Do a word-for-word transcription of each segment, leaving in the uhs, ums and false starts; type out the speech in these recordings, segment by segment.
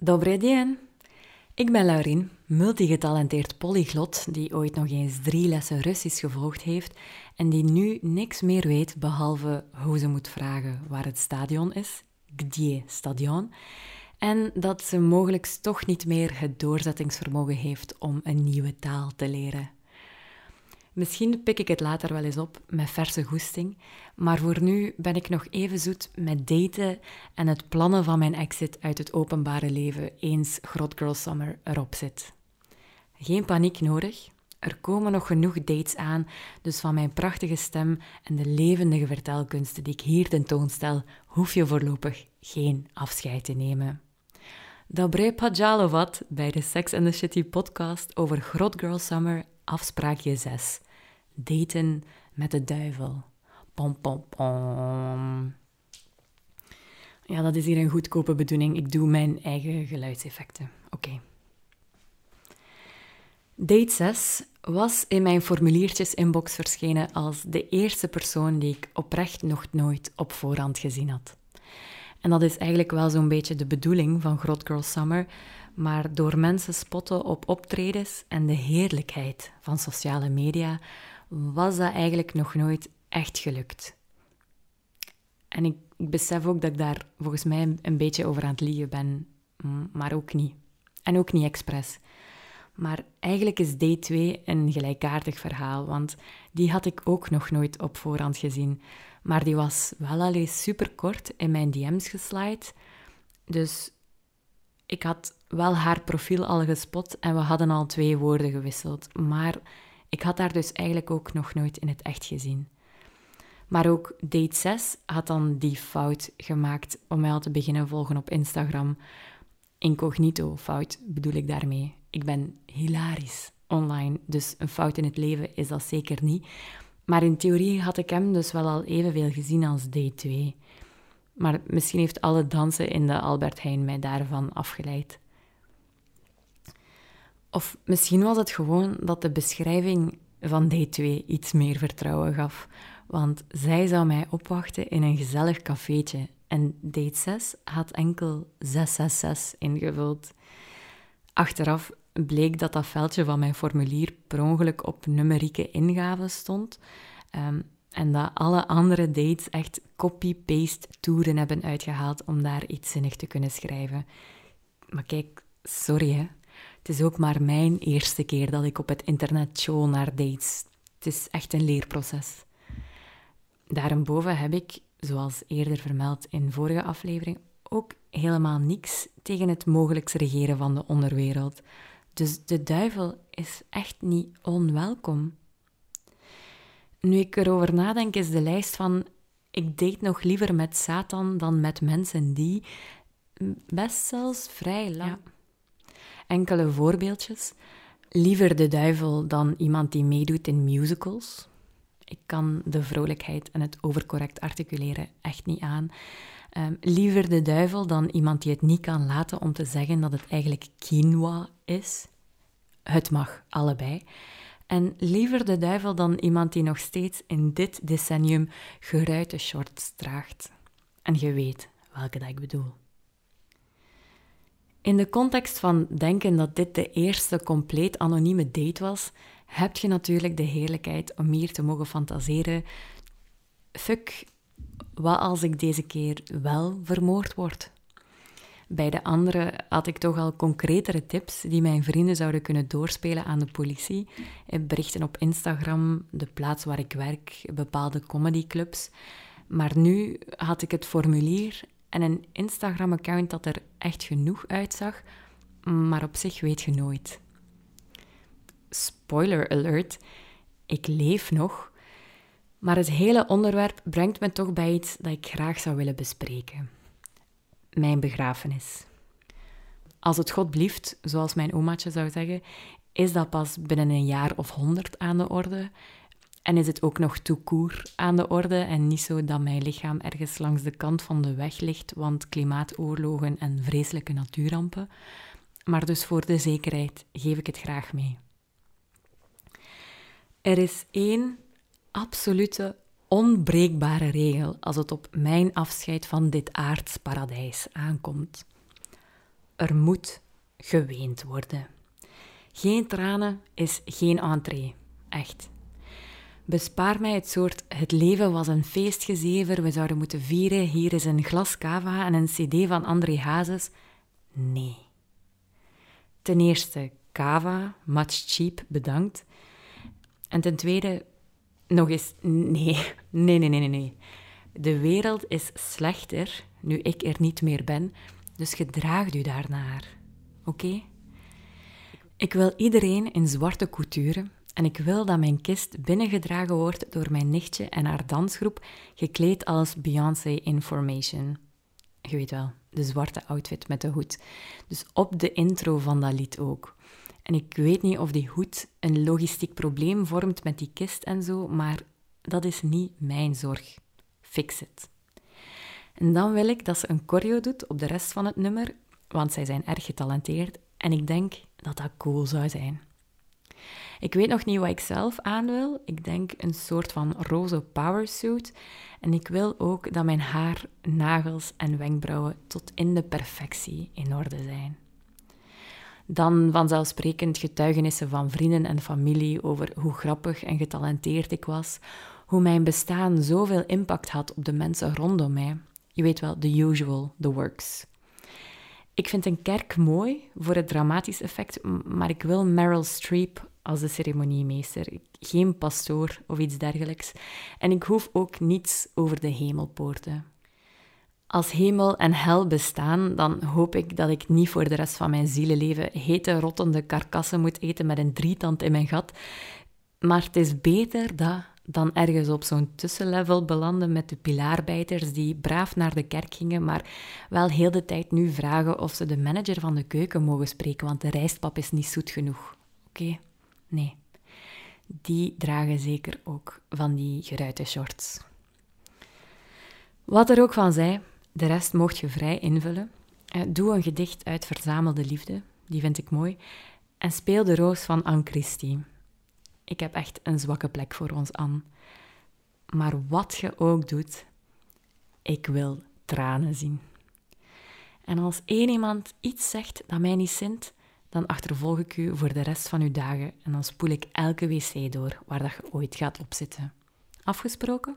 Добрый день. Ik ben Laurien, multigetalenteerd polyglot die ooit nog eens drie lessen Russisch gevolgd heeft en die nu niks meer weet behalve hoe ze moet vragen waar het stadion is, где stadion, en dat ze mogelijk toch niet meer het doorzettingsvermogen heeft om een nieuwe taal te leren. Misschien pik ik het later wel eens op met verse goesting, maar voor nu ben ik nog even zoet met daten en het plannen van mijn exit uit het openbare leven eens Grot Girl Summer erop zit. Geen paniek nodig, er komen nog genoeg dates aan, dus van mijn prachtige stem en de levendige vertelkunsten die ik hier tentoonstel, hoef je voorlopig geen afscheid te nemen. Dobre Padjalovat bij de Sex and the City podcast over Grot Girl Summer, afspraakje zes. Daten met de duivel. Pom, pom, pom. Ja, dat is hier een goedkope bedoeling. Ik doe mijn eigen geluidseffecten. Oké. Okay. Date zes was in mijn formuliertjes-inbox verschenen als de eerste persoon die ik oprecht nog nooit op voorhand gezien had. En dat is eigenlijk wel zo'n beetje de bedoeling van Grot Girl Summer, maar door mensen spotten op optredens en de heerlijkheid van sociale media was dat eigenlijk nog nooit echt gelukt. En ik, ik besef ook dat ik daar volgens mij een beetje over aan het liegen ben, maar ook niet. En ook niet expres. Maar eigenlijk is date twee een gelijkaardig verhaal, want die had ik ook nog nooit op voorhand gezien. Maar die was wel al eens superkort in mijn D M's geslide. Dus ik had wel haar profiel al gespot en we hadden al twee woorden gewisseld. Maar ik had haar dus eigenlijk ook nog nooit in het echt gezien. Maar ook date zes had dan die fout gemaakt om mij al te beginnen volgen op Instagram. Incognito fout bedoel ik daarmee. Ik ben hilarisch online, dus een fout in het leven is dat zeker niet. Maar in theorie had ik hem dus wel al evenveel gezien als date twee. Maar misschien heeft alle dansen in de Albert Heijn mij daarvan afgeleid. Of misschien was het gewoon dat de beschrijving van date twee iets meer vertrouwen gaf. Want zij zou mij opwachten in een gezellig cafeetje. En date zes had enkel zes zes zes ingevuld. Achteraf bleek dat dat veldje van mijn formulier per ongeluk op numerieke ingave stond. Um, en dat alle andere dates echt copy-paste toeren hebben uitgehaald om daar iets zinnig te kunnen schrijven. Maar kijk, sorry hè. Het is ook maar mijn eerste keer dat ik op het internet show naar dates. Het is echt een leerproces. Daarboven heb ik, zoals eerder vermeld in vorige aflevering, ook helemaal niks tegen het mogelijks regeren van de onderwereld. Dus de duivel is echt niet onwelkom. Nu ik erover nadenk, is de lijst van ik date nog liever met Satan dan met mensen die best zelfs vrij lang. Ja. Enkele voorbeeldjes. Liever de duivel dan iemand die meedoet in musicals. Ik kan de vrolijkheid en het overcorrect articuleren echt niet aan. Um, liever de duivel dan iemand die het niet kan laten om te zeggen dat het eigenlijk quinoa is. Het mag, allebei. En liever de duivel dan iemand die nog steeds in dit decennium geruite shorts draagt. En je weet welke dat ik bedoel. In de context van denken dat dit de eerste compleet anonieme date was, heb je natuurlijk de heerlijkheid om hier te mogen fantaseren. Fuck, wat als ik deze keer wel vermoord word? Bij de andere had ik toch al concretere tips die mijn vrienden zouden kunnen doorspelen aan de politie. Berichten op Instagram, de plaats waar ik werk, bepaalde comedyclubs. Maar nu had ik het formulier en een Instagram-account dat er echt genoeg uitzag, maar op zich weet je nooit. Spoiler alert, ik leef nog, maar het hele onderwerp brengt me toch bij iets dat ik graag zou willen bespreken. Mijn begrafenis. Als het God blieft, zoals mijn omaatje zou zeggen, is dat pas binnen een jaar of honderd aan de orde. En is het ook nog tout court aan de orde en niet zo dat mijn lichaam ergens langs de kant van de weg ligt, want klimaatoorlogen en vreselijke natuurrampen. Maar dus voor de zekerheid geef ik het graag mee. Er is één absolute, onbreekbare regel als het op mijn afscheid van dit aards paradijs aankomt. er moet geweend worden. Geen tranen is geen entree. Echt. Bespaar mij het soort het leven was een feestgezever, we zouden moeten vieren, hier is een glas cava en een cd van André Hazes. Nee. Ten eerste, cava, much cheap, bedankt. En ten tweede, nog eens, nee, nee, nee, nee, nee. De wereld is slechter nu ik er niet meer ben, dus gedraag u daarnaar. Oké? Okay? Ik wil iedereen in zwarte couture en ik wil dat mijn kist binnengedragen wordt door mijn nichtje en haar dansgroep, gekleed als Beyoncé Information. Je weet wel, de zwarte outfit met de hoed. Dus op de intro van dat lied ook. En ik weet niet of die hoed een logistiek probleem vormt met die kist en zo, maar dat is niet mijn zorg. Fix it. En dan wil ik dat ze een choreo doet op de rest van het nummer, want zij zijn erg getalenteerd en ik denk dat dat cool zou zijn. Ik weet nog niet wat ik zelf aan wil. Ik denk een soort van roze powersuit. En ik wil ook dat mijn haar, nagels en wenkbrauwen tot in de perfectie in orde zijn. Dan vanzelfsprekend getuigenissen van vrienden en familie over hoe grappig en getalenteerd ik was, hoe mijn bestaan zoveel impact had op de mensen rondom mij. Je weet wel, the usual, the works. Ik vind een kerk mooi voor het dramatisch effect, maar ik wil Meryl Streep als de ceremoniemeester, geen pastoor of iets dergelijks. En ik hoef ook niets over de hemelpoorten. Als hemel en hel bestaan, dan hoop ik dat ik niet voor de rest van mijn zielenleven hete, rottende karkassen moet eten met een drietand in mijn gat. Maar het is beter dat dan ergens op zo'n tussenlevel belanden met de pilaarbijters die braaf naar de kerk gingen, maar wel heel de tijd nu vragen of ze de manager van de keuken mogen spreken, want de rijstpap is niet zoet genoeg. Oké? Okay? Nee. Die dragen zeker ook van die geruite shorts. Wat er ook van zij, de rest mocht je vrij invullen. Doe een gedicht uit verzamelde liefde, die vind ik mooi, en speel de roos van Anne Christie. Ik heb echt een zwakke plek voor ons Anne. Maar wat je ook doet, ik wil tranen zien. En als één iemand iets zegt dat mij niet zint, dan achtervolg ik u voor de rest van uw dagen en dan spoel ik elke wc door waar dat je ooit gaat opzitten. Afgesproken?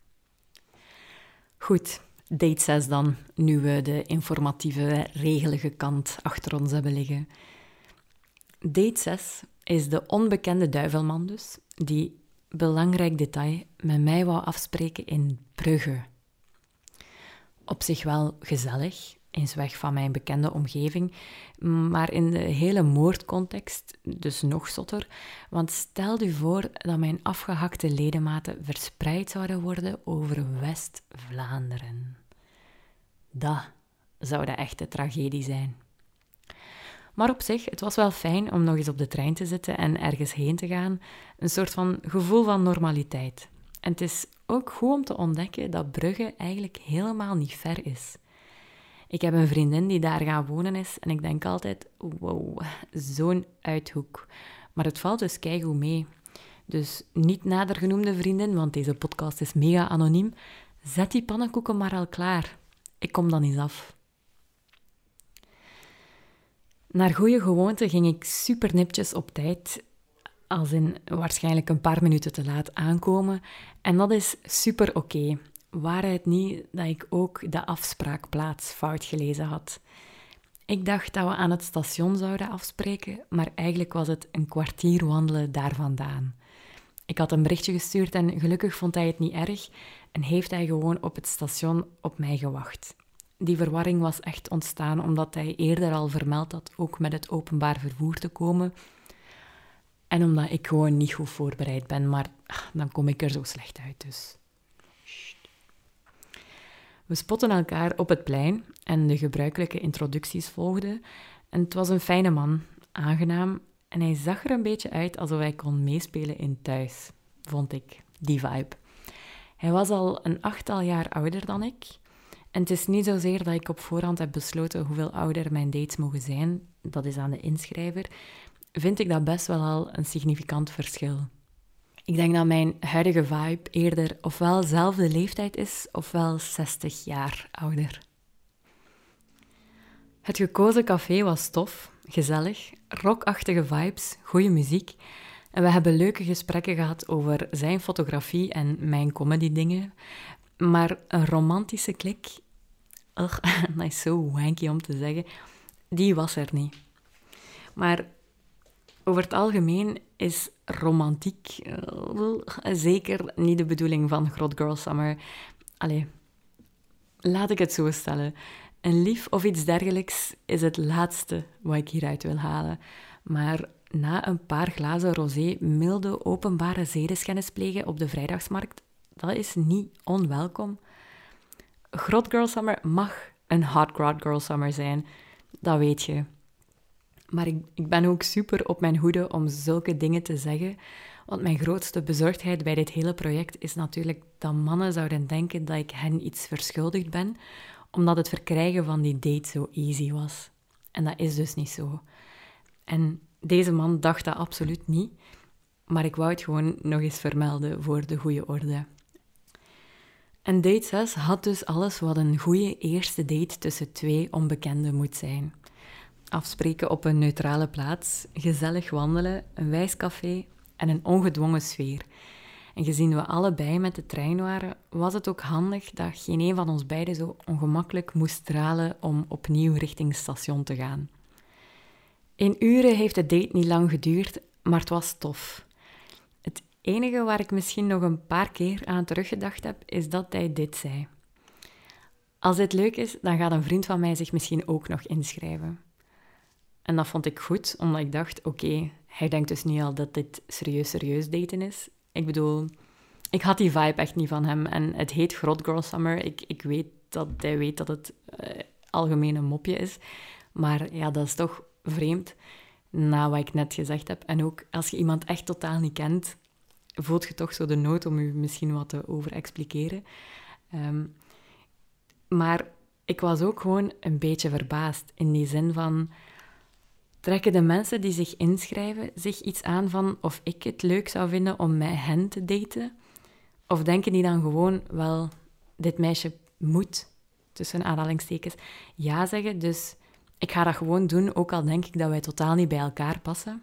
Goed, date zes dan, nu we de informatieve, regelige kant achter ons hebben liggen. Date zes is de onbekende duivelman dus, die, belangrijk detail, met mij wou afspreken in Brugge. Op zich wel gezellig, eens weg van mijn bekende omgeving, maar in de hele moordcontext dus nog zotter, want stel u voor dat mijn afgehakte ledematen verspreid zouden worden over West-Vlaanderen. Dat zou de echte tragedie zijn. Maar op zich, het was wel fijn om nog eens op de trein te zitten en ergens heen te gaan. Een soort van gevoel van normaliteit. En het is ook goed om te ontdekken dat Brugge eigenlijk helemaal niet ver is. Ik heb een vriendin die daar gaan wonen is en ik denk altijd, wow, zo'n uithoek. Maar het valt dus keigoed mee. Dus niet nader genoemde vriendin, want deze podcast is mega anoniem. Zet die pannenkoeken maar al klaar. Ik kom dan eens af. Naar goede gewoonte ging ik super nipjes op tijd, als in waarschijnlijk een paar minuten te laat aankomen. En dat is super oké. Okay. Waar het niet dat ik ook de afspraakplaats fout gelezen had. Ik dacht dat we aan het station zouden afspreken, maar eigenlijk was het een kwartier wandelen daar vandaan. Ik had een berichtje gestuurd en gelukkig vond hij het niet erg en heeft hij gewoon op het station op mij gewacht. Die verwarring was echt ontstaan omdat hij eerder al vermeld had ook met het openbaar vervoer te komen. En omdat ik gewoon niet goed voorbereid ben, maar ach, dan kom ik er zo slecht uit dus. We spotten elkaar op het plein en de gebruikelijke introducties volgden. En het was een fijne man, aangenaam. En hij zag er een beetje uit alsof hij kon meespelen in Thuis, vond ik, die vibe. Hij was al een achttal jaar ouder dan ik. En het is niet zozeer dat ik op voorhand heb besloten hoeveel ouder mijn dates mogen zijn, dat is aan de inschrijver, vind ik dat best wel al een significant verschil. Ik denk dat mijn huidige vibe eerder ofwel zelfde leeftijd is, ofwel zestig jaar ouder. Het gekozen café was tof, gezellig, rockachtige vibes, goede muziek. En we hebben leuke gesprekken gehad over zijn fotografie en mijn comedy-dingen. Maar een romantische klik, ugh, dat is zo wanky om te zeggen, die was er niet. Maar over het algemeen is romantiek uh, zeker niet de bedoeling van Grot Girl Summer. Allee, laat ik het zo stellen. Een lief of iets dergelijks is het laatste wat ik hieruit wil halen. Maar na een paar glazen rosé milde openbare zedeschennis plegen op de vrijdagsmarkt, dat is niet onwelkom. Grot Girl Summer mag een hot Grot Girl Summer zijn, dat weet je. Maar ik, ik ben ook super op mijn hoede om zulke dingen te zeggen, want mijn grootste bezorgdheid bij dit hele project is natuurlijk dat mannen zouden denken dat ik hen iets verschuldigd ben, omdat het verkrijgen van die date zo easy was. En dat is dus niet zo. En deze man dacht dat absoluut niet, maar ik wou het gewoon nog eens vermelden voor de goede orde. En date zes had dus alles wat een goede eerste date tussen twee onbekenden moet zijn. Afspreken op een neutrale plaats, gezellig wandelen, een wijs café en een ongedwongen sfeer. En gezien we allebei met de trein waren, was het ook handig dat geen een van ons beiden zo ongemakkelijk moest stralen om opnieuw richting het station te gaan. In uren heeft de date niet lang geduurd, maar het was tof. Het enige waar ik misschien nog een paar keer aan teruggedacht heb, is dat hij dit zei. Als dit leuk is, dan gaat een vriend van mij zich misschien ook nog inschrijven. En dat vond ik goed, omdat ik dacht, oké, okay, hij denkt dus niet al dat dit serieus serieus daten is. Ik bedoel, ik had die vibe echt niet van hem. En het heet Grot Girl Summer. Ik, ik weet dat hij weet dat het uh, algemeen een mopje is. Maar ja, dat is toch vreemd, na wat ik net gezegd heb. En ook als je iemand echt totaal niet kent, voelt je toch zo de nood om je misschien wat te over-expliceren. Um, maar ik was ook gewoon een beetje verbaasd, in die zin van, trekken de mensen die zich inschrijven zich iets aan van of ik het leuk zou vinden om met hen te daten? Of denken die dan gewoon, wel, dit meisje moet, tussen aanhalingstekens, ja zeggen, dus ik ga dat gewoon doen, ook al denk ik dat wij totaal niet bij elkaar passen?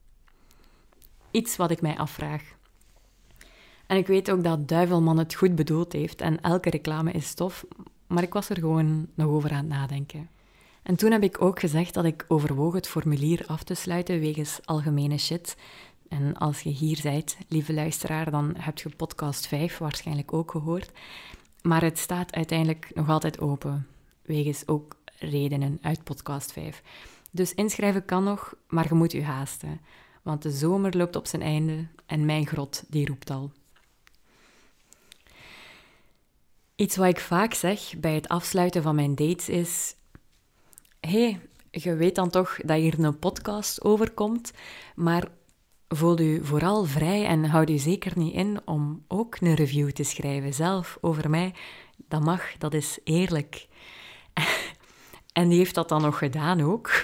Iets wat ik mij afvraag. En ik weet ook dat Duivelman het goed bedoeld heeft en elke reclame is tof, maar ik was er gewoon nog over aan het nadenken. En toen heb ik ook gezegd dat ik overwoog het formulier af te sluiten wegens algemene shit. En als je hier bent, lieve luisteraar, dan heb je podcast vijf waarschijnlijk ook gehoord. Maar het staat uiteindelijk nog altijd open, wegens ook redenen uit podcast vijf. Dus inschrijven kan nog, maar je moet je haasten. Want de zomer loopt op zijn einde en mijn grot, die roept al. Iets wat ik vaak zeg bij het afsluiten van mijn dates is: hey, je weet dan toch dat hier een podcast overkomt, maar voel je vooral vrij en houd je zeker niet in om ook een review te schrijven zelf over mij. Dat mag, dat is eerlijk. En die heeft dat dan nog gedaan ook.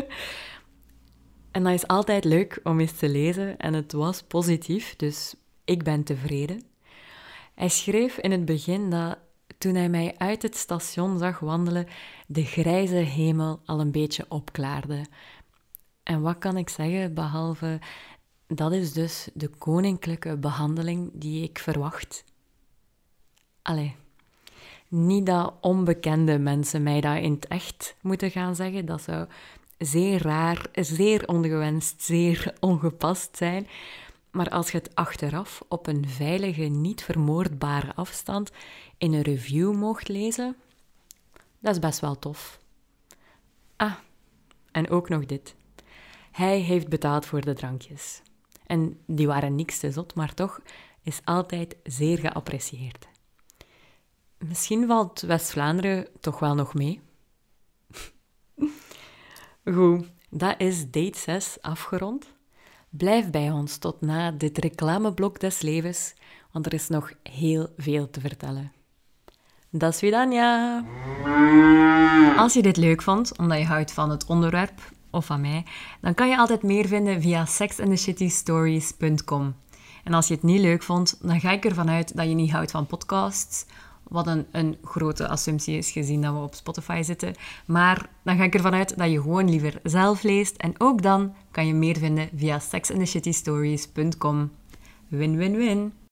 En dat is altijd leuk om eens te lezen en het was positief, dus ik ben tevreden. Hij schreef in het begin dat toen hij mij uit het station zag wandelen, de grijze hemel al een beetje opklaarde. En wat kan ik zeggen, behalve, dat is dus de koninklijke behandeling die ik verwacht. Allee, niet dat onbekende mensen mij dat in het echt moeten gaan zeggen, dat zou zeer raar, zeer ongewenst, zeer ongepast zijn. Maar als je het achteraf op een veilige, niet vermoordbare afstand in een review mocht lezen, dat is best wel tof. Ah, en ook nog dit. Hij heeft betaald voor de drankjes. En die waren niks te zot, maar toch is altijd zeer geapprecieerd. Misschien valt West-Vlaanderen toch wel nog mee. Goed, dat is date zes afgerond. Blijf bij ons tot na dit reclameblok des levens, want er is nog heel veel te vertellen. Da svidania! Als je dit leuk vond, omdat je houdt van het onderwerp of van mij, dan kan je altijd meer vinden via sex and the shitty stories punt com. En als je het niet leuk vond, dan ga ik ervan uit dat je niet houdt van podcasts Wat een, een grote assumptie is, gezien dat we op Spotify zitten. Maar dan ga ik ervan uit dat je gewoon liever zelf leest. En ook dan kan je meer vinden via sex and the city stories punt com. Win, win, win.